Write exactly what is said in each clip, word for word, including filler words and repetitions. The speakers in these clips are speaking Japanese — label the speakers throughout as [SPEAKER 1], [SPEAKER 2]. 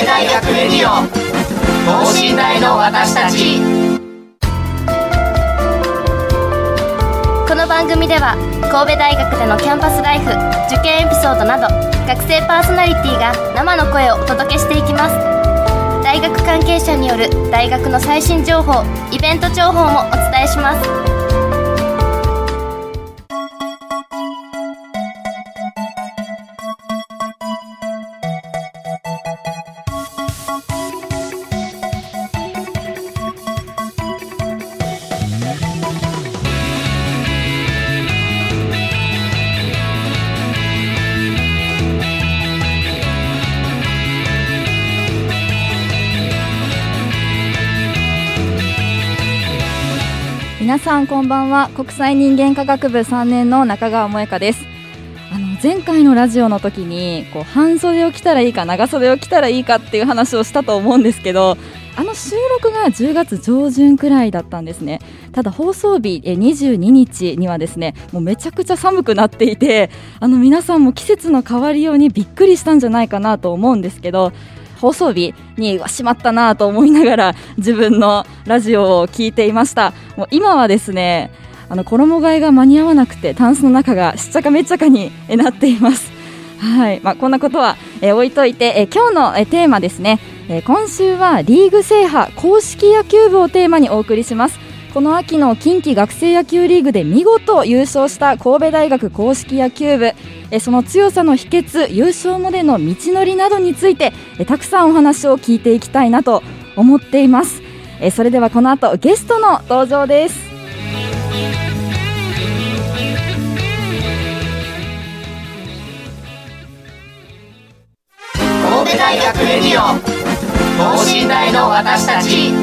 [SPEAKER 1] 戸大学レディオ等身大の私たち。
[SPEAKER 2] この番組では神戸大学でのキャンパスライフ、受験エピソードなど学生パーソナリティが生の声をお届けしていきます。大学関係者による大学の最新情報、イベント情報もお伝えします。
[SPEAKER 3] 皆さんこんばんは。国際人間科学部さんねんの中川萌香です。あの前回のラジオの時にこう半袖を着たらいいか長袖を着たらいいかっていう話をしたと思うんですけど、あの収録がじゅうがつ上旬くらいだったんですね。ただ放送日にじゅうににちにはですね、もうめちゃくちゃ寒くなっていて、あの皆さんも季節の変わりようにびっくりしたんじゃないかなと思うんですけど、放送日にわしまったなと思いながら自分のラジオを聞いていました。もう今はですね、あの衣替えが間に合わなくてタンスの中がしっちゃかめっちゃかになっています。はい、まあ、こんなことは、えー、置いといて、えー、今日の、えー、テーマですね、えー、今週はリーグ制覇公式野球部をテーマにお送りします。この秋の近畿学生野球リーグで見事優勝した神戸大学硬式野球部、えその強さの秘訣、優勝までの道のりなどについてえたくさんお話を聞いていきたいなと思っています。えそれではこの後ゲストの登場です。
[SPEAKER 1] 神戸大学レディオ等身大の私たち。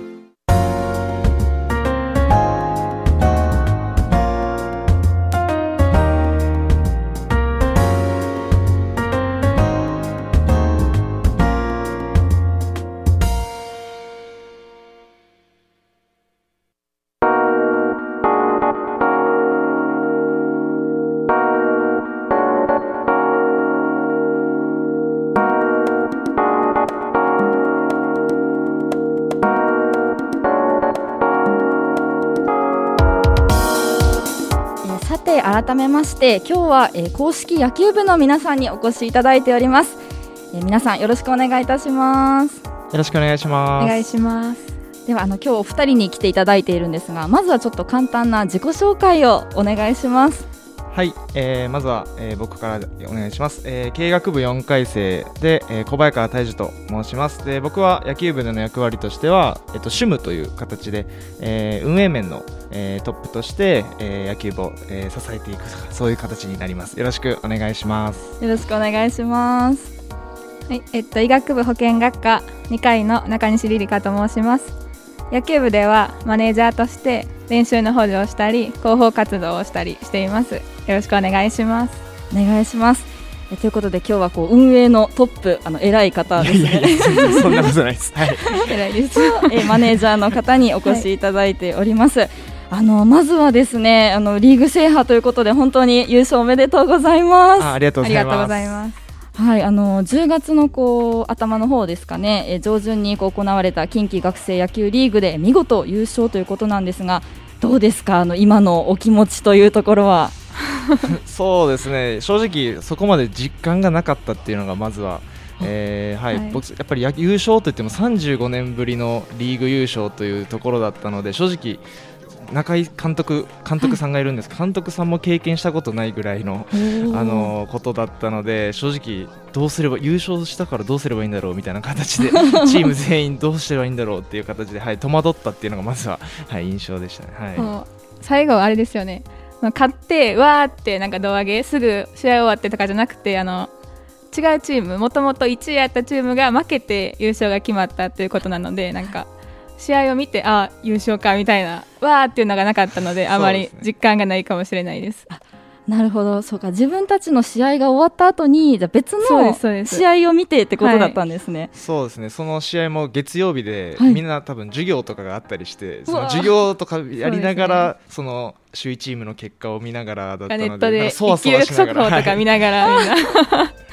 [SPEAKER 3] 改めまして今日は、えー、公式野球部の皆さんにお越しいただいております。えー、皆さんよろしくお願いいたします。
[SPEAKER 4] よろしくお願いします。
[SPEAKER 3] お願いします。ではあの今日お二人に来ていただいているんですが、まずはちょっと簡単な自己紹介をお願いします。
[SPEAKER 4] はい、えー、まずは、えー、僕からお願いします。えー、経営学部よんかい生で、えー、小早川大樹と申します。で僕は野球部での役割としては、えっと、主務という形で、えー、運営面の、えー、トップとして、えー、野球部を、えー、支えていく、そういう形になります。よろしくお願いします。
[SPEAKER 3] よろしくお願いします。
[SPEAKER 5] はい、えっと、医学部保健学科にかいの中西リリカと申します。野球部ではマネージャーとして練習の補助をしたり広報活動をしたりしています。よろしくお願いします。
[SPEAKER 3] お願いします。えということで今日はこう運営のトップ、あの偉い方ですね。
[SPEAKER 4] いやいやそんなことないです、はい、
[SPEAKER 5] 偉いです
[SPEAKER 3] えマネージャーの方にお越しいただいております。はい、あのまずはですね、あのリーグ制覇ということで本当に優勝おめでとうございます。
[SPEAKER 4] あ、ありがとうございます。
[SPEAKER 3] はい、あのじゅうがつのこう頭の方ですかね、え上旬にこう行われた近畿学生野球リーグで見事優勝ということなんですが、どうですか、あの今のお気持ちというところは。
[SPEAKER 4] そうですね、正直そこまで実感がなかったっていうのがまずは、えーはいはい、僕やっぱり優勝といってもさんじゅうごねんぶりのリーグ優勝というところだったので、正直中井監督監督さんがいるんですが、はい、監督さんも経験したことないぐらいの、あのことだったので、正直どうすれば優勝したからどうすればいいんだろうみたいな形でチーム全員どうすればいいんだろうっていう形で、はい、戸惑ったっていうのがまずは、はい、印象でしたね。はい、
[SPEAKER 5] 最後あれですよね、勝ってわーってなんか胴上げすぐ試合終わってとかじゃなくて、あの違うチーム、もともといちいやったチームが負けて優勝が決まったということなので、なんか試合を見てあ優勝かみたいなわーっていうのがなかったので、あまり実感がないかもしれないです。
[SPEAKER 3] なるほど、そうか、自分たちの試合が終わった後にじゃ別の試合を見てってことだったんですね。
[SPEAKER 4] そうですね、その試合も月曜日で、はい、みんな多分授業とかがあったりして、その授業とかやりながら そ,、ね、その首位チームの結果を見ながらだったので、
[SPEAKER 5] ネットで一級速報とか見ながら、はい、みんな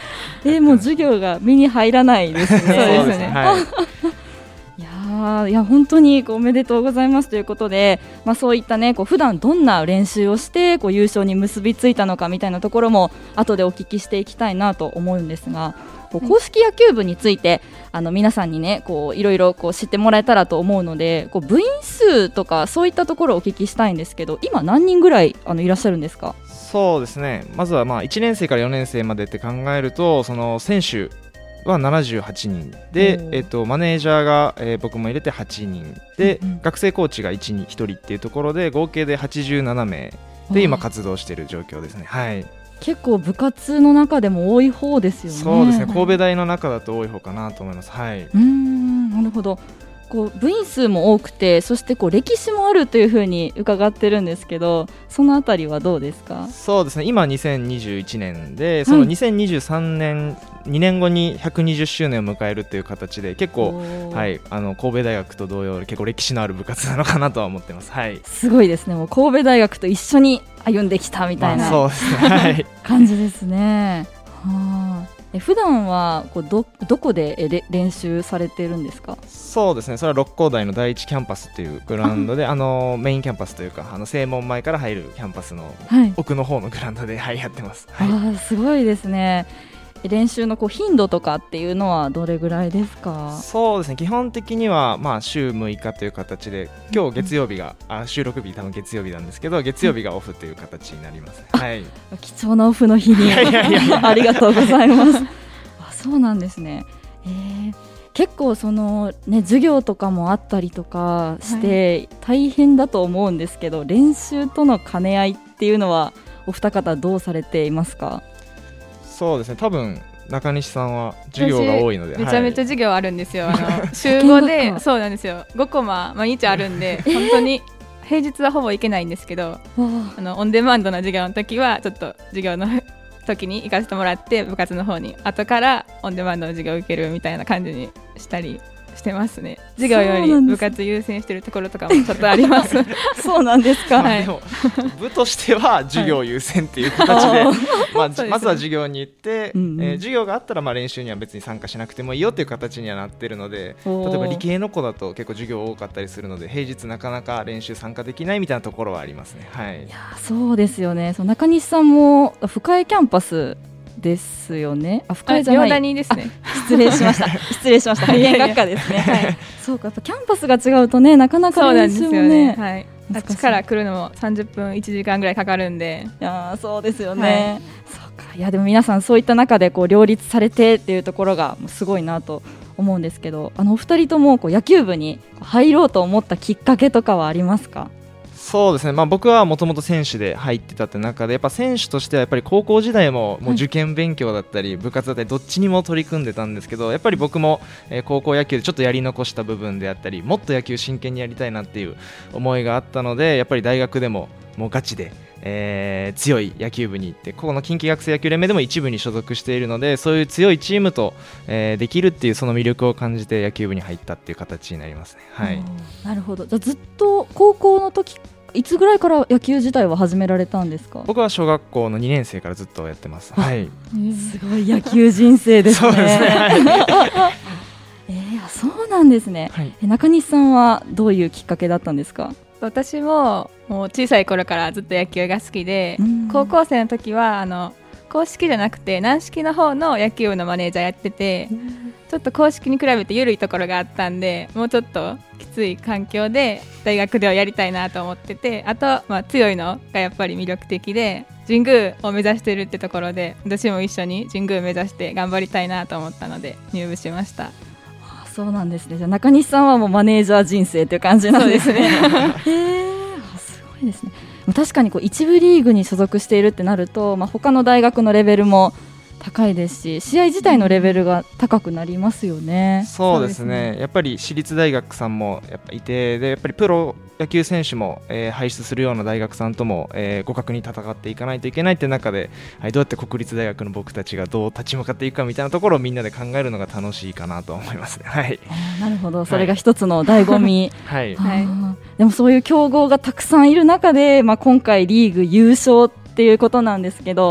[SPEAKER 3] えー、もう授業が身に入らないですね。
[SPEAKER 5] そうですね、
[SPEAKER 4] はい
[SPEAKER 3] いやいや本当におめでとうございますということで、まあ、そういったねこう普段どんな練習をしてこう優勝に結びついたのかみたいなところも後でお聞きしていきたいなと思うんですが、こう公式野球部についてあの皆さんにねこういろいろこう知ってもらえたらと思うので、こう部員数とかそういったところをお聞きしたいんですけど、今何人ぐらいあのいらっしゃるんですか？
[SPEAKER 4] そうですね、まずはまあいちねん生からよねん生までって考えると、その選手はななじゅうはちにんで、えっと、マネージャーが、えー、僕も入れてはちにんで、うんうん、学生コーチがいちにんひとりっていうところで合計ではちじゅうななめいで今活動している状況ですね。はい、
[SPEAKER 3] 結構部活の中でも多い方ですよね。
[SPEAKER 4] そうですね、神戸大の中だと多い方かなと思います。はい、
[SPEAKER 3] うーん、なるほど。こう部員数も多くて、そしてこう歴史もあるというふうに伺ってるんですけど、そのあたりはどうですか？
[SPEAKER 4] そうですね、今にせんにじゅういちねんで、そのにせんにじゅうさんねん、はい、にねんごにひゃくにじゅっしゅうねんを迎えるっていう形で結構、はい、あの神戸大学と同様結構歴史のある部活なのかなとは思ってます。はい、
[SPEAKER 3] すごいですね。もう神戸大学と一緒に歩んできたみたいな、
[SPEAKER 4] まあ、そうですね、はい、
[SPEAKER 3] 感じですね。はあ、え普段はこう ど, どこでれ練習されてるんですか？
[SPEAKER 4] そうですね、それは六甲台の第一キャンパスっていうグラウンドで、あのメインキャンパスというかあの正門前から入るキャンパスの奥の方のグラウンドで、はい、やってます。はい、
[SPEAKER 3] あ、すごいですね。練習のこう頻度とかっていうのはどれぐらいですか？
[SPEAKER 4] そうですね、基本的にはまあ週むいかという形で、今日月曜日が、うん、あ収録日多分月曜日なんですけど、月曜日がオフという形になります、ね。はい、貴
[SPEAKER 3] 重なオフの日にありがとうございます。あ、そうなんですね。えー、結構その、ね、授業とかもあったりとかして大変だと思うんですけど、はい、練習との兼ね合いっていうのはお二方どうされていますか？
[SPEAKER 4] そうですね、多分中西さんは授業が多いので
[SPEAKER 5] めちゃめちゃ授業あるんですよ。あの週ごでそうなんですよ、ごコマ毎日あるんで本当に平日はほぼ行けないんですけど、あのオンデマンドの授業の時はちょっと授業の時に行かせてもらって部活の方に後からオンデマンドの授業を受けるみたいな感じにしたりしてますね。授業より部活優先してるところとかもちょっとあります。
[SPEAKER 3] そうなんですか。
[SPEAKER 4] はい、でも部としては授業優先っていう形で、はい、まあ、まずは授業に行って、うんうん、えー、授業があったらまあ練習には別に参加しなくてもいいよっていう形にはなってるので、例えば理系の子だと結構授業多かったりするので平日なかなか練習参加できないみたいなところはありますね。はい、いや
[SPEAKER 3] そうですよね。そう中西さんも深江キャンパスですよね。あ、深江じゃない、
[SPEAKER 5] 両谷ですね。
[SPEAKER 3] 失礼しました失礼しました保健学科ですね。はい、そうか、やっぱキャンパスが違うとね、なかなか練習もね、そうなんですよね。はい、
[SPEAKER 5] あっちから来るのもさんじゅっぷんいちじかんぐらいかかるんで。
[SPEAKER 3] いやそうですよね。はい、そうか。いやでも皆さんそういった中でこう両立されてっていうところがすごいなと思うんですけど、あのお二人ともこう野球部に入ろうと思ったきっかけとかはありますか？
[SPEAKER 4] そうですね、まあ、僕はもともと選手で入ってたって中で、やっぱ選手としてはやっぱり高校時代ももう受験勉強だったり部活だったりどっちにも取り組んでたんですけど、やっぱり僕も高校野球でちょっとやり残した部分であったり、もっと野球真剣にやりたいなっていう思いがあったので、やっぱり大学でももうガチでえー、強い野球部に行って、ここの近畿学生野球連盟でも一部に所属しているので、そういう強いチームと、えー、できるっていうその魅力を感じて野球部に入ったっていう形になりますね。はい、
[SPEAKER 3] なるほど。じゃあずっと高校の時いつぐらいから野球自体は始められたんですか？
[SPEAKER 4] 僕は小学校のにねん生からずっとやってます。はい、
[SPEAKER 3] すごい野球人生ですね。そうですね。はいえー、そうなんですね。はい、中西さんはどういうきっかけだったんですか？
[SPEAKER 5] 私ももう小さい頃からずっと野球が好きで、高校生の時はあの公式じゃなくて軟式の方の野球部のマネージャーやってて、ちょっと公式に比べて緩いところがあったんで、もうちょっときつい環境で大学ではやりたいなと思ってて、あと、まあ、強いのがやっぱり魅力的で、神宮を目指してるってところで私も一緒に神宮目指して頑張りたいなと思ったので入部しました。
[SPEAKER 3] そうなんですね。じゃあ中西さんはもうマネージャー人生という感じなんですね。そうですね。へー、すごいですね。確かにこう一部リーグに所属しているってなると、まあ、他の大学のレベルも高いですし、試合自体のレベルが高くなりますよね。
[SPEAKER 4] そうですね。やっぱり私立大学さんもやっぱいて、でやっぱりプロ野球選手も、えー、輩出するような大学さんとも、えー、互角に戦っていかないといけないって中で、はい、どうやって国立大学の僕たちがどう立ち向かっていくかみたいなところをみんなで考えるのが楽しいかなと思いますね。はい、
[SPEAKER 3] なるほど。それが一つの醍醐味。
[SPEAKER 4] はい
[SPEAKER 3] はい、でもそういう強豪がたくさんいる中で、まあ、今回リーグ優勝っていうことなんですけど、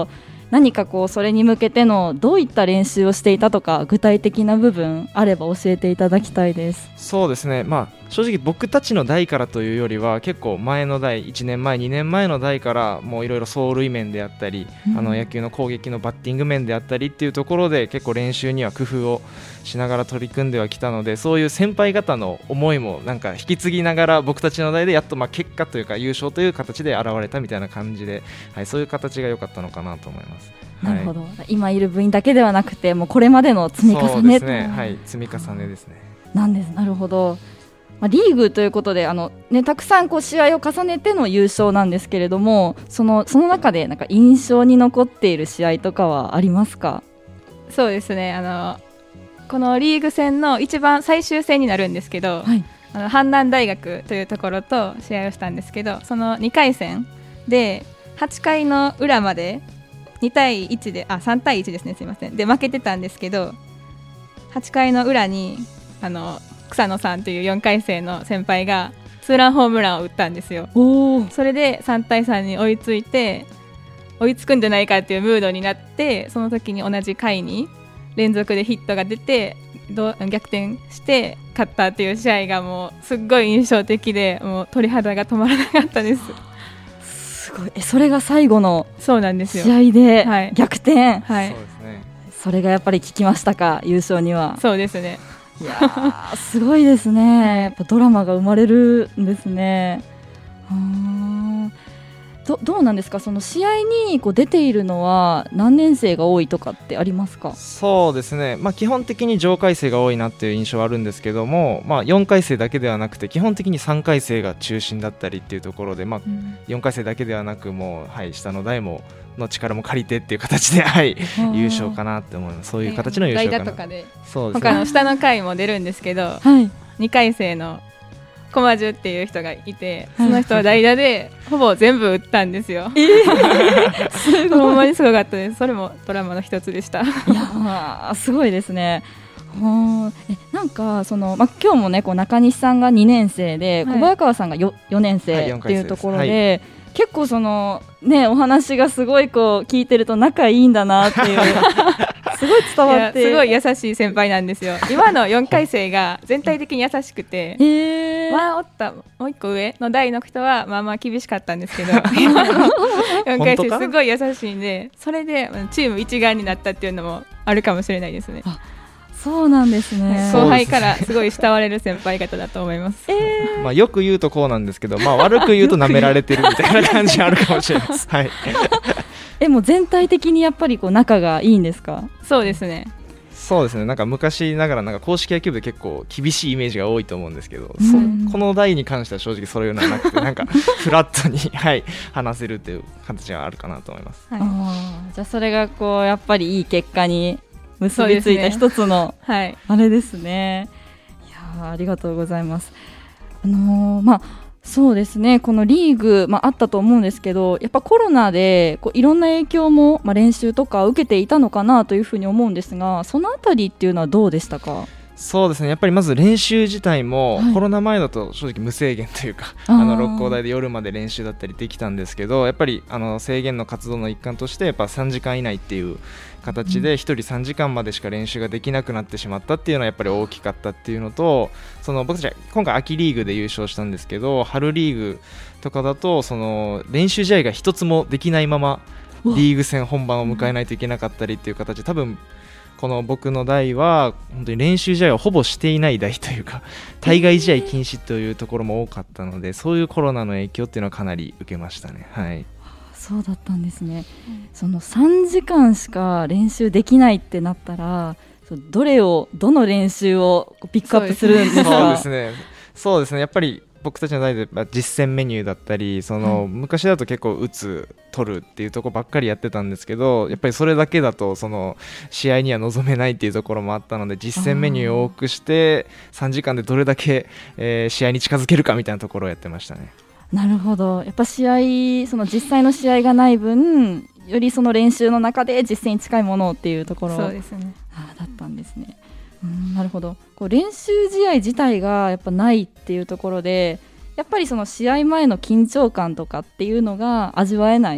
[SPEAKER 3] 何かこうそれに向けてのどういった練習をしていたとか具体的な部分あれば教えていただきたいです。
[SPEAKER 4] そうですね、まあ、正直僕たちの代からというよりは結構前の代いちねんまえにねんまえの代からもういろいろ走塁面であったり、うん、あの野球の攻撃のバッティング面であったりっていうところで結構練習には工夫をしながら取り組んではきたので、そういう先輩方の思いもなんか引き継ぎながら僕たちの代でやっとまあ結果というか優勝という形で現れたみたいな感じで、はい、そういう形が良かったのかなと思います。
[SPEAKER 3] なるほど、はい、今いる部員だけではなくてもうこれまでの積み重ね
[SPEAKER 4] そうですね、はい、積み重ねですね。
[SPEAKER 3] なんです。なるほど。まあ、リーグということであの、ね、たくさんこう試合を重ねての優勝なんですけれども、その、その中でなんか印象に残っている試合とかはありますか？
[SPEAKER 5] そうですね、あのこのリーグ戦の一番最終戦になるんですけど、はい、あの阪南大学というところと試合をしたんですけど、そのにかい戦ではちかいの裏までにたいいちであさんたいいちですね、すいません、で負けてたんですけど、はちかいの裏にあの草野さんというよんかい生の先輩がツーランホームランを打ったんですよ。おそれでさんたいさんに追いついて追いつくんじゃないかっていうムードになって、その時に同じ回に連続でヒットが出てど逆転して勝ったっていう試合がもうすっごい印象的で、もう鳥肌が止まらなかったです。
[SPEAKER 3] すごい。えそれが最後の
[SPEAKER 5] そうなんですよ、
[SPEAKER 3] 試合で逆転、はい
[SPEAKER 5] はい、
[SPEAKER 4] そうですね。
[SPEAKER 3] それがやっぱり効きましたか、優勝には。
[SPEAKER 5] そうですね。
[SPEAKER 3] いやすごいですね。やっぱドラマが生まれるんですね。うーん ど, どうなんですか、その試合にこう出ているのは何年生が多いとかってありますか？
[SPEAKER 4] そうですね、まあ、基本的に上階生が多いなっていう印象はあるんですけども、まあ、よんかい生だけではなくて基本的にさんかい生が中心だったりっていうところで、まあ、よんかい生だけではなくもう、はい、下の代もの力も借りてっていう形で、はい、優勝かなって思います。そういう形の優勝かな、
[SPEAKER 5] 代打とかで
[SPEAKER 4] そうですね、
[SPEAKER 5] 他の下の回も出るんですけど、
[SPEAKER 3] はい、
[SPEAKER 5] にかい生の駒樹っていう人がいて、その人は代打でほぼ全部打ったんですよ。えー、すごいほんまにすごかったです。それもドラマの一つでした。い
[SPEAKER 3] やすごいですね。えなんかその、ま、今日もねこう中西さんがにねん生で、はい、小早川さんが よ, よねん生っていうところで、はい、結構その、ね、お話がすごいこう聞いてると仲いいんだなっていうすごい伝わって、
[SPEAKER 5] すごい優しい先輩なんですよ。今のよんかい生が全体的に優しくて、
[SPEAKER 3] えー、
[SPEAKER 5] まあおったもう一個上の代の人はまあまあ厳しかったんですけど今のよんかい生すごい優しいんで、それでチーム一丸になったっていうのもあるかもしれないですね。
[SPEAKER 3] そうなんですね。
[SPEAKER 5] 後輩からすごい慕われる先輩方だと思います。
[SPEAKER 4] えーまあ、よく言うとこうなんですけど、まあ、悪く言うと舐められてるみたいな感じあるかもしれないです。はい、
[SPEAKER 3] えもう全体的にやっぱりこう仲がいいんですか？
[SPEAKER 5] そうですね。
[SPEAKER 4] そうですね、なんか昔ながらなんか硬式野球部で結構厳しいイメージが多いと思うんですけど、そこの代に関しては正直そういうのはなくてなんかフラットに、はい、話せるっていう形があるかなと思います。はい、
[SPEAKER 3] あじゃあそれがこうやっぱりいい結果に結びついた一つの、
[SPEAKER 5] ね、はい、
[SPEAKER 3] あれですね。いやありがとうございます。あのー、まあそうですね、このリーグ、まあ、あったと思うんですけど、やっぱコロナでこういろんな影響も、まあ、練習とか受けていたのかなというふうに思うんですが、そのあたりっていうのはどうでしたか？
[SPEAKER 4] そうですね、やっぱりまず練習自体も、はい、コロナ前だと正直無制限というかあの六甲台で夜まで練習だったりできたんですけど、やっぱりあの制限の活動の一環としてやっぱさんじかん以内っていう形でひとりさんじかんまでしか練習ができなくなってしまったっていうのはやっぱり大きかったっていうのと、その僕たちは今回秋リーグで優勝したんですけど、春リーグとかだとその練習試合が一つもできないままリーグ戦本番を迎えないといけなかったりっていう形で、多分この僕の代は本当に練習試合をほぼしていない代というか対外試合禁止というところも多かったので、そういうコロナの影響っていうのはかなり受けましたね。はい、
[SPEAKER 3] そうだったんですね。うん、そのさんじかんしか練習できないってなったら、どれをどの練習をピックアップするんですか？
[SPEAKER 4] そうですね、そうですね、やっぱり僕たちの代で実践メニューだったり、その、はい、昔だと結構打つ取るっていうところばっかりやってたんですけど、やっぱりそれだけだとその試合には臨めないっていうところもあったので、実践メニューを多くしてさんじかんでどれだけ、えー、試合に近づけるかみたいなところをやってましたね。
[SPEAKER 3] なるほど。やっぱ試合、その実際の試合がない分、よりその練習の中で実践に近いものっていうところ
[SPEAKER 5] そうですね。
[SPEAKER 3] あだったんですね。うん、なるほど。こう練習試合自体がやっぱないっていうところで、やっぱりその試合前の緊張感とかっていうのが味わえないっ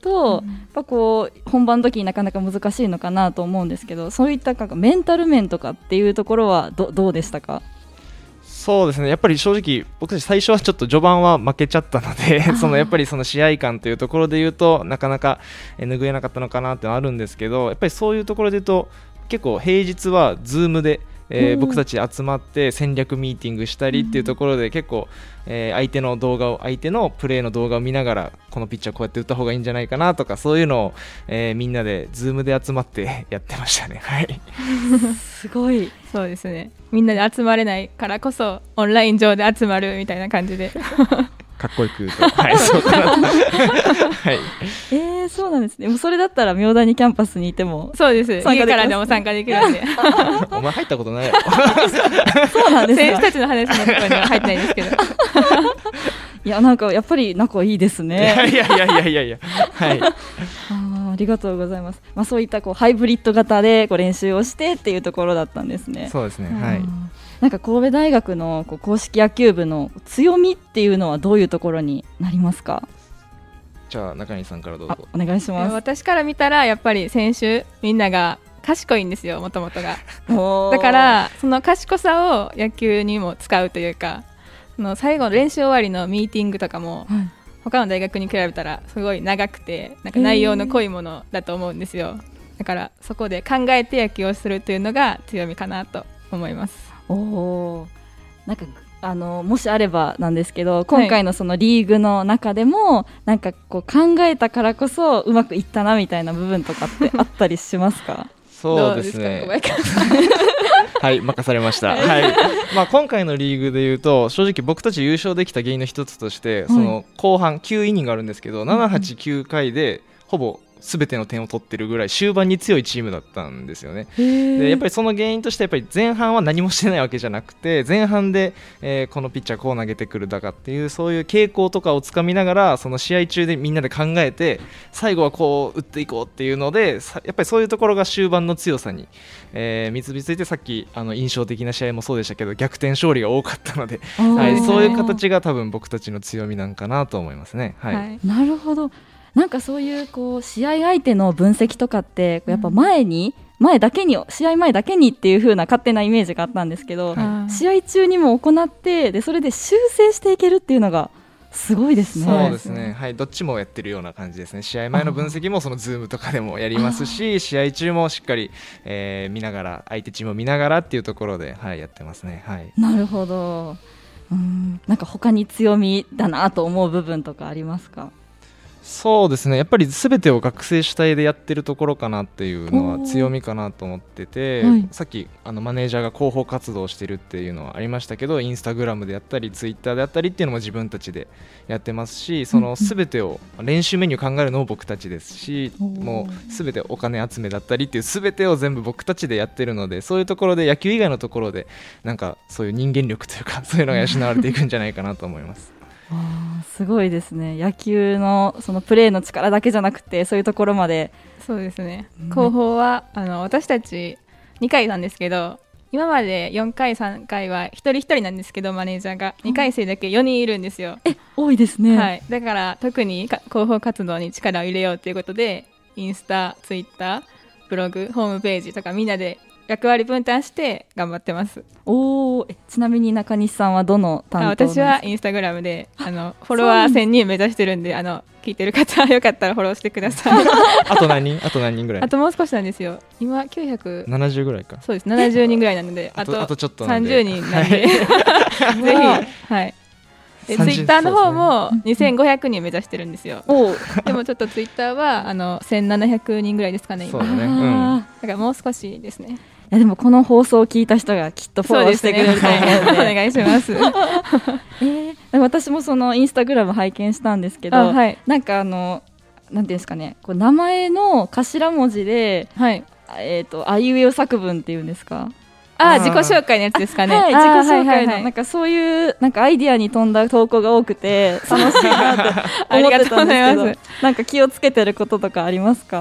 [SPEAKER 3] と、
[SPEAKER 5] うん、
[SPEAKER 3] やっぱこう本番の時になかなか難しいのかなと思うんですけど、そういったなんかメンタル面とかっていうところは ど, どうでしたか？
[SPEAKER 4] そうですね、やっぱり正直僕たち最初はちょっと序盤は負けちゃったのでそのやっぱりその試合感というところで言うとなかなか拭えなかったのかなってのはあるんですけど、やっぱりそういうところで言うと結構平日は Zoom でえー、僕たち集まって戦略ミーティングしたりっていうところで結構、えー、相手の動画を相手のプレーの動画を見ながらこのピッチャーこうやって打った方がいいんじゃないかなとか、そういうのを、えー、みんなで Zoom で集まってやってましたね。はい
[SPEAKER 3] すごい。
[SPEAKER 5] そうですね、みんなで集まれないからこそオンライン上で集まるみたいな感じで
[SPEAKER 4] かっこよく言うとはいそうかなとはい
[SPEAKER 3] えー、そうなんですね。もうそれだったら明谷キャンパスにいても
[SPEAKER 5] そうです、
[SPEAKER 3] 参加できます
[SPEAKER 5] 家からでも参加できるんで
[SPEAKER 4] お前入ったことないやろ
[SPEAKER 3] そうなんですか。
[SPEAKER 5] 選手たちの話のところには入ってないですけど
[SPEAKER 3] いやなんかやっぱり仲いいです
[SPEAKER 4] い
[SPEAKER 3] ね。
[SPEAKER 4] やいやいやいやいやいやはい
[SPEAKER 3] あーありがとうございます。まあ、そういったこうハイブリッド型でこう練習をしてっていうところだったんですね。
[SPEAKER 4] そうですね、
[SPEAKER 3] うん
[SPEAKER 4] はい。
[SPEAKER 3] なんか神戸大学のこう公式野球部の強みっていうのはどういうところになりますか？
[SPEAKER 4] じゃあ中西さんからどう
[SPEAKER 3] あ
[SPEAKER 4] ぞ。
[SPEAKER 3] お願いします。
[SPEAKER 5] 私から見たらやっぱり選手みんなが賢いんですよ、もともとが。
[SPEAKER 3] おー
[SPEAKER 5] だからその賢さを野球にも使うというか、その最後の練習終わりのミーティングとかも
[SPEAKER 3] はい
[SPEAKER 5] 他の大学に比べたらすごい長くてなんか内容の濃いものだと思うんですよ。だからそこで考えて野球をするというのが強みかなと思います。
[SPEAKER 3] おーなんかあのもしあればなんですけど、今回のそのリーグの中でも、なんかこう考えたからこそうまくいったなみたいな部分とかってあったりしますか？
[SPEAKER 4] そうですね
[SPEAKER 5] どうですか、小林君
[SPEAKER 4] はい任されました、はいまあ、今回のリーグでいうと正直僕たち優勝できた原因の一つとして、その後半きゅうイニングあるんですけど、なな、はち、きゅうかいでほぼ全ての点を取ってるぐらい終盤に強いチームだったんですよね。でやっぱりその原因としてやっぱり前半は何もしてないわけじゃなくて、前半で、えー、このピッチャーこう投げてくるだかっていうそういう傾向とかをつかみながら、その試合中でみんなで考えて最後はこう打っていこうっていうので、やっぱりそういうところが終盤の強さに、えー、結びついて、さっきあの印象的な試合もそうでしたけど逆転勝利が多かったので、はい、そういう形が多分僕たちの強みなんかなと思いますね。はい、はい、
[SPEAKER 3] なるほど。なんかそういうこう試合相手の分析とかってやっぱ前に、うん、前だけに試合前だけにっていう風な勝手なイメージがあったんですけど、はい、試合中にも行ってでそれで修正していけるっていうのがすごいですね。
[SPEAKER 4] そうですね、はい、どっちもやってるような感じですね。試合前の分析もそのズームとかでもやりますし、試合中もしっかり、えー、見ながら相手チームを見ながらっていうところで、はい、やってますね。はい、
[SPEAKER 3] なるほど。うん、なんか他に強みだなと思う部分とかありますか？
[SPEAKER 4] そうですね、やっぱり全てを学生主体でやってるところかなっていうのは強みかなと思ってて、はい、さっきあのマネージャーが広報活動をしてるっていうのはありましたけど、インスタグラムであったりツイッターであったりっていうのも自分たちでやってますし、その全てを練習メニュー考えるのも僕たちですし、もう全てお金集めだったりっていう全てを全部僕たちでやってるので、そういうところで野球以外のところでなんかそういう人間力というかそういうのが養われていくんじゃないかなと思います。
[SPEAKER 3] あすごいですね。野球のそのプレーの力だけじゃなくてそういうところまで。
[SPEAKER 5] そうですね、広報はあの私たちにかいなんですけど、今までよんかいさんかいは一人一人なんですけど、マネージャーがにかい生だけよにんいるんですよ。
[SPEAKER 3] え多いですね。
[SPEAKER 5] はい、だから特に広報活動に力を入れようということで、インスタ、ツイッター、ブログ、ホームページとかみんなで役割分担して頑張ってます。
[SPEAKER 3] おえちなみに中西さんはどの担当なんですか？
[SPEAKER 5] 私はインスタグラムであのフォロワーせんにん目指してるんで、あの聞いてる方はよかったらフォローしてください。
[SPEAKER 4] あと何人あと何人ぐらい？
[SPEAKER 5] あともう少しなんですよ。今きゅうひゃく
[SPEAKER 4] ななじゅうぐらいか。
[SPEAKER 5] そうです、ななじゅうにんぐらいなので、あと
[SPEAKER 4] あとちょっとなんで
[SPEAKER 5] さんじゅうにんなんで、はい、ぜひ、はい、でツイッターの方もにせんごひゃくにん目指してるんですよ。おでもちょっとツイッターはあのせんななひゃくにんぐらいですかね今。
[SPEAKER 4] そうだね、うん、
[SPEAKER 5] だからもう少しですね。
[SPEAKER 3] いやでもこの放送を聞いた人がきっとフォローしてくれると思うので、
[SPEAKER 5] そうですね、お願いします。
[SPEAKER 3] えー、私もそのインスタグラム拝見したんですけど、はい、なんかあのなんていうんですかね、こう名前の頭文字で、はいえー、とあいうえお作文っていうんですか？
[SPEAKER 5] あ自己紹介のやつですかね。
[SPEAKER 3] はい、自己紹介のなんかそういうなんかアイディアに富んだ投稿が多くて楽しいなって思ってたんですけどなんか気をつけてることとかありますか？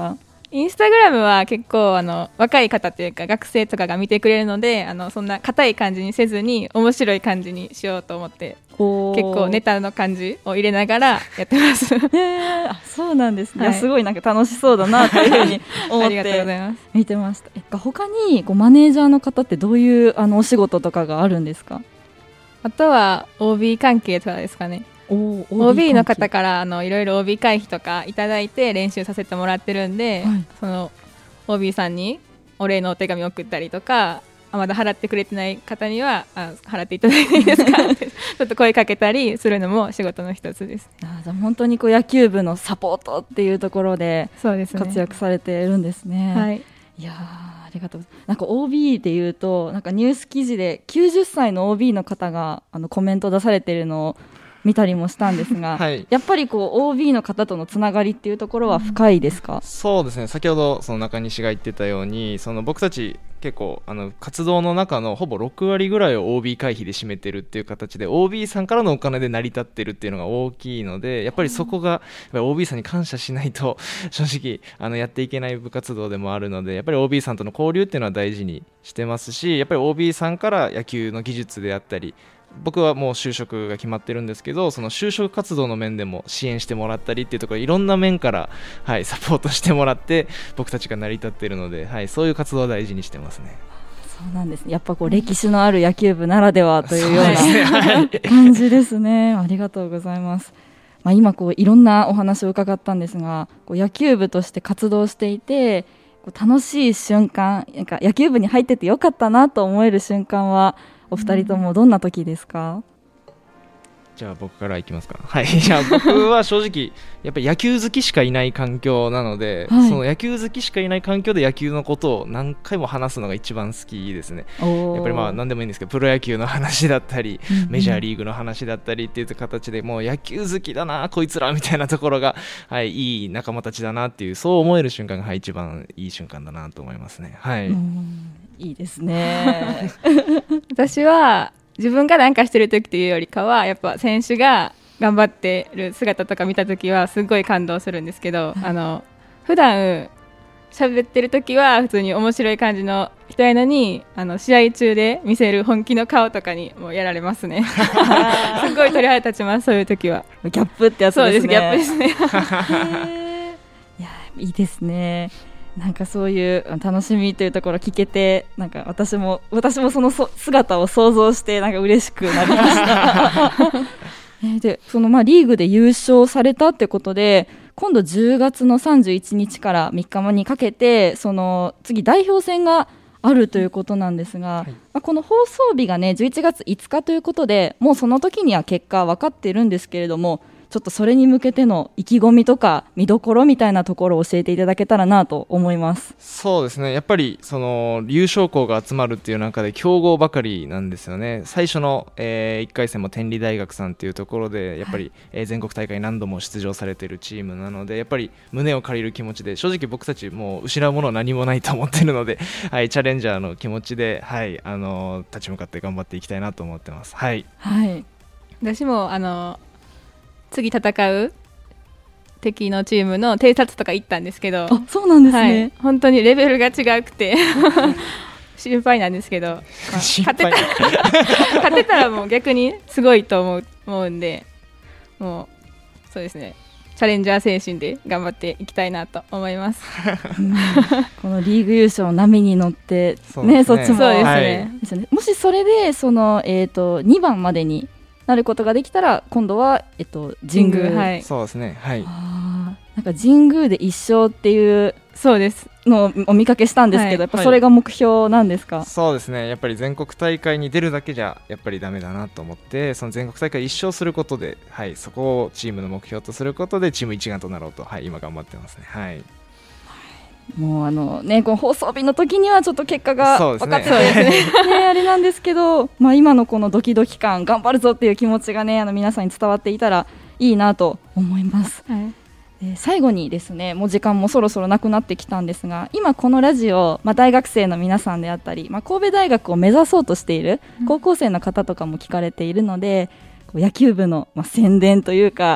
[SPEAKER 5] インスタグラムは結構あの若い方というか学生とかが見てくれるので、あのそんな硬い感じにせずに面白い感じにしようと思って結構ネタの感じを入れながらやってます。
[SPEAKER 3] えー、あそうなんですね、
[SPEAKER 5] はい、
[SPEAKER 3] いやすごいなんか楽しそうだなというふうに思って見てました。え他にこうマネージャーの方ってどういうあのお仕事とかがあるんですか？
[SPEAKER 5] あとは オービー 関係とかですかね。オービー の方からあのいろいろ オービー 会費とかいただいて練習させてもらってるんで、はい、その オービー さんにお礼のお手紙を送ったりとか、あまだ払ってくれてない方にはあ払っていただいていいですかってちょっと声かけたりするのも仕事の一つです。
[SPEAKER 3] あじゃあ本当にこう野球部のサポートっていうところで活躍されているんですね。はい、いやありがとう。なんか オービー でいうとなんかニュース記事できゅうじゅっさいの オービー の方があのコメント出されているのを見たりもしたんですが、はい、やっぱりこう オービー の方とのつながりっていうところは深いですか？
[SPEAKER 4] そうですね、先ほどその中西が言ってたように、その僕たち結構あの活動の中のほぼろくわりぐらいを オービー 会費で占めてるっていう形で オービー さんからのお金で成り立ってるっていうのが大きいので、やっぱりそこがやっぱり オービー さんに感謝しないと正直あのやっていけない部活動でもあるので、やっぱり オービー さんとの交流っていうのは大事にしてますし、やっぱり オービー さんから野球の技術であったり、僕はもう就職が決まってるんですけど、その就職活動の面でも支援してもらったりっていうところ、いろんな面から、はい、サポートしてもらって僕たちが成り立っているので、はい、そういう活動を大事にしてますね。
[SPEAKER 3] そうなんですね。やっぱこう歴史のある野球部ならではというような感じですね。ありがとうございます。まあ、今こういろんなお話を伺ったんですが、こう野球部として活動していてこう楽しい瞬間、なんか野球部に入っててよかったなと思える瞬間はお二人ともどんな時ですか？
[SPEAKER 4] じゃあ僕からいきますか。はい、じゃあ僕は正直やっぱり野球好きしかいない環境なので、はい、その野球好きしかいない環境で野球のことを何回も話すのが一番好きですね。やっぱりまあ何でもいいんですけど、プロ野球の話だったり、うんうん、メジャーリーグの話だったりっていう形で、もう野球好きだなこいつらみたいなところが、はい、いい仲間たちだなっていう、そう思える瞬間が、はい、一番いい瞬間だなと思いますね。はい、うん
[SPEAKER 3] いいですね
[SPEAKER 5] 私は自分が何かしてる時というよりかは、やっぱ選手が頑張ってる姿とか見た時はすごい感動するんですけど、あの普段喋ってる時は普通に面白い感じの人やのに、あの試合中で見せる本気の顔とかにもうやられますねすごい鳥肌立ちます。そういう時は
[SPEAKER 3] ギャップってやつですね。そうです、
[SPEAKER 5] ギャップですね
[SPEAKER 3] いやいいですね。なんかそういう楽しみというところ聞けて、なんか私も私もそのそ姿を想像してなんか嬉しくなりましたでそのまあリーグで優勝されたってことで、今度じゅうがつのさんじゅういちにちからみっかにかけてその次代表戦があるということなんですが、はい、まあ、この放送日がねじゅういちがついつかということで、もうその時には結果分かっているんですけれども、ちょっとそれに向けての意気込みとか見どころみたいなところを教えていただけたらなと思います。
[SPEAKER 4] そうですね、やっぱりその優勝校が集まるっていう中で強豪ばかりなんですよね。最初の、えー、いっかいせんも天理大学さんっていうところでやっぱり、はい、えー、全国大会何度も出場されているチームなので、やっぱり胸を借りる気持ちで、正直僕たちもう失うものは何もないと思っているので、はい、チャレンジャーの気持ちで、はい、あのー、立ち向かって頑張っていきたいなと思ってます。はい、
[SPEAKER 5] はい、私もあの次戦う敵のチームの偵察とか行ったんですけど、
[SPEAKER 3] あ、そうなんですね、はい、
[SPEAKER 5] 本当にレベルが違くて心配なんですけど、まあ、勝てた勝てたらもう逆にすごいと思う、思うんで、もうそうですね、チャレンジャー精神で頑張っていきたいなと思います、
[SPEAKER 3] うん、このリーグ優勝の波に乗ってそ、ねね、そっちも
[SPEAKER 5] そうですね、
[SPEAKER 3] はい、もしそれでその、えーと、にばんまでになることができたら、今度は、えっと、神宮、
[SPEAKER 5] はい、
[SPEAKER 4] そうですね、はい、
[SPEAKER 3] あ、なんか神宮でいっ勝っていう
[SPEAKER 5] そうです
[SPEAKER 3] のをお見かけしたんですけど、はい、やっぱそれが目標なんですか？
[SPEAKER 4] はい、そうですね、やっぱり全国大会に出るだけじゃやっぱりダメだなと思って、その全国大会いっ勝することで、はい、そこをチームの目標とすることでチーム一丸となろうと、はい、今頑張ってますね。はい、
[SPEAKER 3] もうあのね、この放送日の時にはちょっと結果が分かってて、
[SPEAKER 4] ね
[SPEAKER 3] ね、あれなんですけど、まあ、今のこのドキドキ感、頑張るぞっていう気持ちがね、あの皆さんに伝わっていたらいいなと思います、はい、えー、最後にですね、もう時間もそろそろなくなってきたんですが、今このラジオ、まあ、大学生の皆さんであったり、まあ、神戸大学を目指そうとしている高校生の方とかも聞かれているので、うん、こう野球部の、まあ、宣伝というか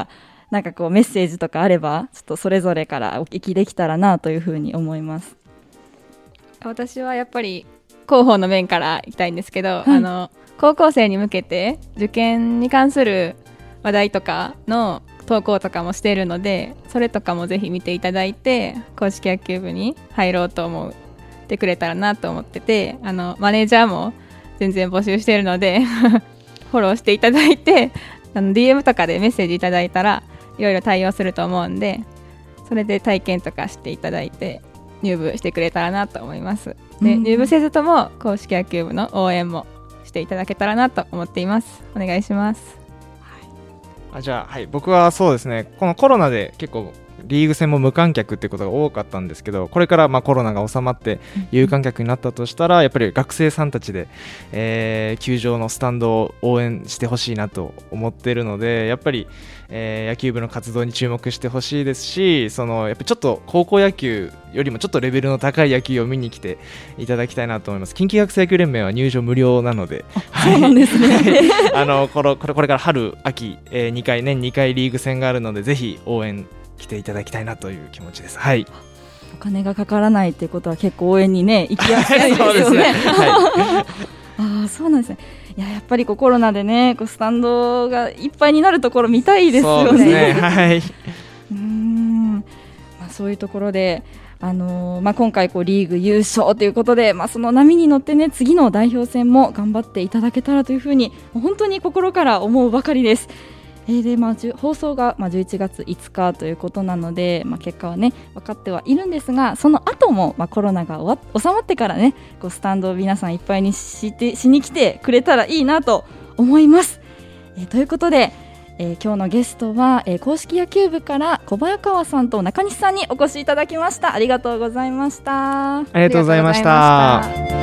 [SPEAKER 3] なんかこうメッセージとかあればちょっとそれぞれからお聞きできたらなというふうに思います。
[SPEAKER 5] 私はやっぱり広報の面からいきたいんですけど、
[SPEAKER 3] はい、
[SPEAKER 5] あの高校生に向けて受験に関する話題とかの投稿とかもしているので、それとかもぜひ見ていただいて硬式野球部に入ろうと思ってくれたらなと思ってて、あのマネージャーも全然募集しているのでフォローしていただいて、あの ディーエム とかでメッセージいただいたらいろいろ対応すると思うんで、それで体験とかしていただいて入部してくれたらなと思います。で、うん、入部せずとも硬式野球部の応援もしていただけたらなと思っています。お願いします。
[SPEAKER 4] はい、あじゃあ、はい、僕はそうですね、このコロナで結構リーグ戦も無観客っていうことが多かったんですけど、これからまあコロナが収まって有観客になったとしたら、やっぱり学生さんたちで、えー、球場のスタンドを応援してほしいなと思っているので、やっぱり、えー、野球部の活動に注目してほしいですし、そのやっぱりちょっと高校野球よりもちょっとレベルの高い野球を見に来ていただきたいなと思います。近畿学生野球連盟は入場無料なので、
[SPEAKER 3] そうなんですね
[SPEAKER 4] あのこれ、これから春秋、えー、にかい年にかいリーグ戦があるので、ぜひ応援来ていただきたいなという気持ちです。はい、
[SPEAKER 3] お金がかからないってことは結構応援にね行きやすいですよね。そうですね、はい、あそうなんですね。いや、やっぱりこうコロナでねこうスタンドがいっぱいになるところ見たいですよね。
[SPEAKER 4] そうですね、はい、
[SPEAKER 3] うーん、まあ、そういうところで、あのーまあ、今回こうリーグ優勝ということで、まあ、その波に乗ってね次の代表戦も頑張っていただけたらというふうに本当に心から思うばかりです。えーでまあ、放送が、まあ、じゅういちがついつかということなので、まあ、結果はね分かってはいるんですが、その後も、まあ、コロナが終わ収まってからねこうスタンドを皆さんいっぱいにしてしに来てくれたらいいなと思います。えー、ということで、えー、今日のゲストは、えー、硬式野球部から小早川さんと中西さんにお越しいただきました。ありがとうございました。
[SPEAKER 4] ありがとうございました。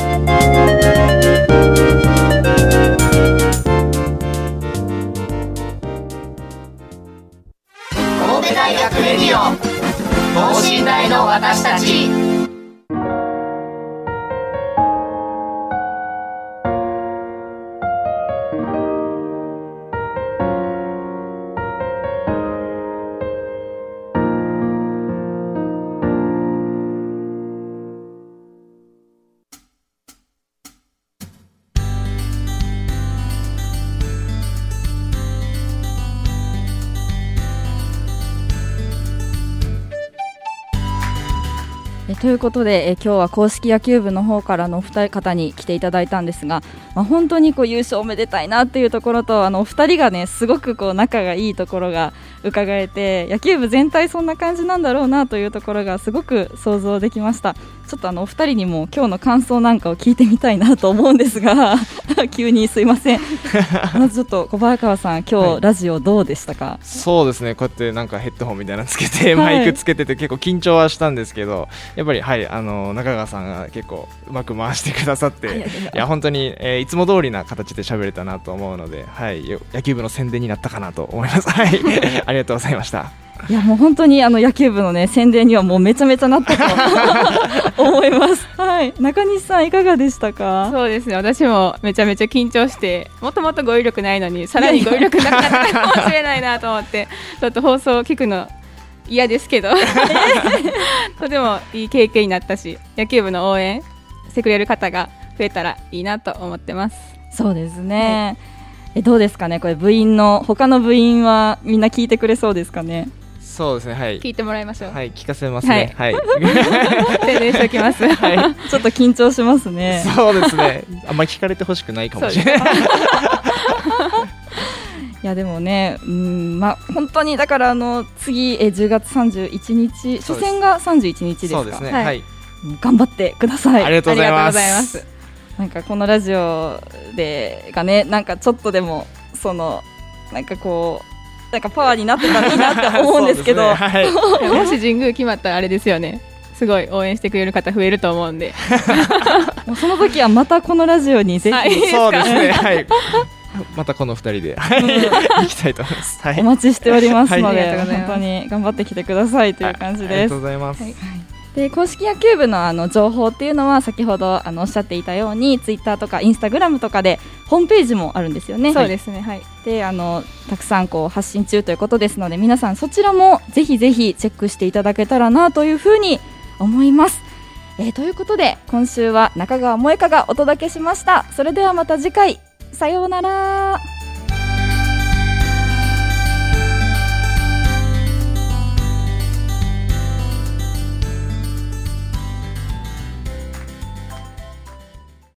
[SPEAKER 1] 神戸大学レディオ等身大の私たち。
[SPEAKER 3] ということで、え今日は硬式野球部の方からのお二方に来ていただいたんですが、まあ、本当にこう優勝おめでたいなっていうところと、あのお二人がねすごくこう仲がいいところが伺えて、野球部全体そんな感じなんだろうなというところがすごく想像できました。ちょっとあのお二人にも今日の感想なんかを聞いてみたいなと思うんですが急にすいませんまずちょっと小早川さん、今日、はい、ラジオどうでしたか？
[SPEAKER 4] そうですね、こうやってなんかヘッドホンみたいなのつけて、はい、マイクつけてて結構緊張はしたんですけど、やっぱり、はい、あの中川さんが結構うまく回してくださって、いやいやいや本当に、えー、いつも通りな形で喋れたなと思うので、はい、野球部の宣伝になったかなと思います。はいありがとうございました。
[SPEAKER 3] いやもう本当にあの野球部の、ね、宣伝にはもうめちゃめちゃなったと思います。はい、中西さんいかがでしたか？
[SPEAKER 5] そうですね、私もめちゃめちゃ緊張して、もともと語彙力ないのにさらに語彙力なくなったかもしれないなと思ってちょっと放送を聞くの嫌ですけどとてもいい経験になったし、野球部の応援してくれる方が増えたらいいなと思ってます。
[SPEAKER 3] そうですね、はい、えどうですかね、これ部員の他の部員はみんな聞いてくれそうですかね？
[SPEAKER 4] そうですね、はい、
[SPEAKER 5] 聞いてもらいましょう。
[SPEAKER 4] はい、聞かせますね。はい、はい、
[SPEAKER 5] 宣伝しておきます。はい、
[SPEAKER 3] ちょっと緊張しますね。
[SPEAKER 4] そうですね、あんまり聞かれてほしくないかもしれない。い
[SPEAKER 3] やでもね、うん、まあ本当にだからあの次えじゅうがつさんじゅういちにち、初戦がさんじゅういちにちですか？
[SPEAKER 4] そうですね、はい、はい、
[SPEAKER 3] 頑張ってください。
[SPEAKER 4] ありがとうございます。
[SPEAKER 3] なんかこのラジオでがね、なんかちょっとでもそのなんかこうなんかパワーになってたらいいなって思うんですけど、ね、はい、
[SPEAKER 5] もし神宮決まったらあれですよね、すごい応援してくれる方増えると思うんで
[SPEAKER 3] もうその時はまたこのラジオにぜひ
[SPEAKER 4] そうですね、はい、またこのふたりで行きたいと思います、はい、
[SPEAKER 3] お待ちしておりますので、はい、本当に頑張ってきてくださいという感じです。
[SPEAKER 4] ありがとうございます、はい、
[SPEAKER 3] で公式野球部のあの情報っていうのは先ほどあのおっしゃっていたようにツイッターとかインスタグラムとかでホームページもあるんですよね。
[SPEAKER 5] そうですね、はい、
[SPEAKER 3] であのたくさんこう発信中ということですので、皆さんそちらもぜひぜひチェックしていただけたらなというふうに思います。えー、ということで今週は中川萌香がお届けしました。それではまた次回、さようなら。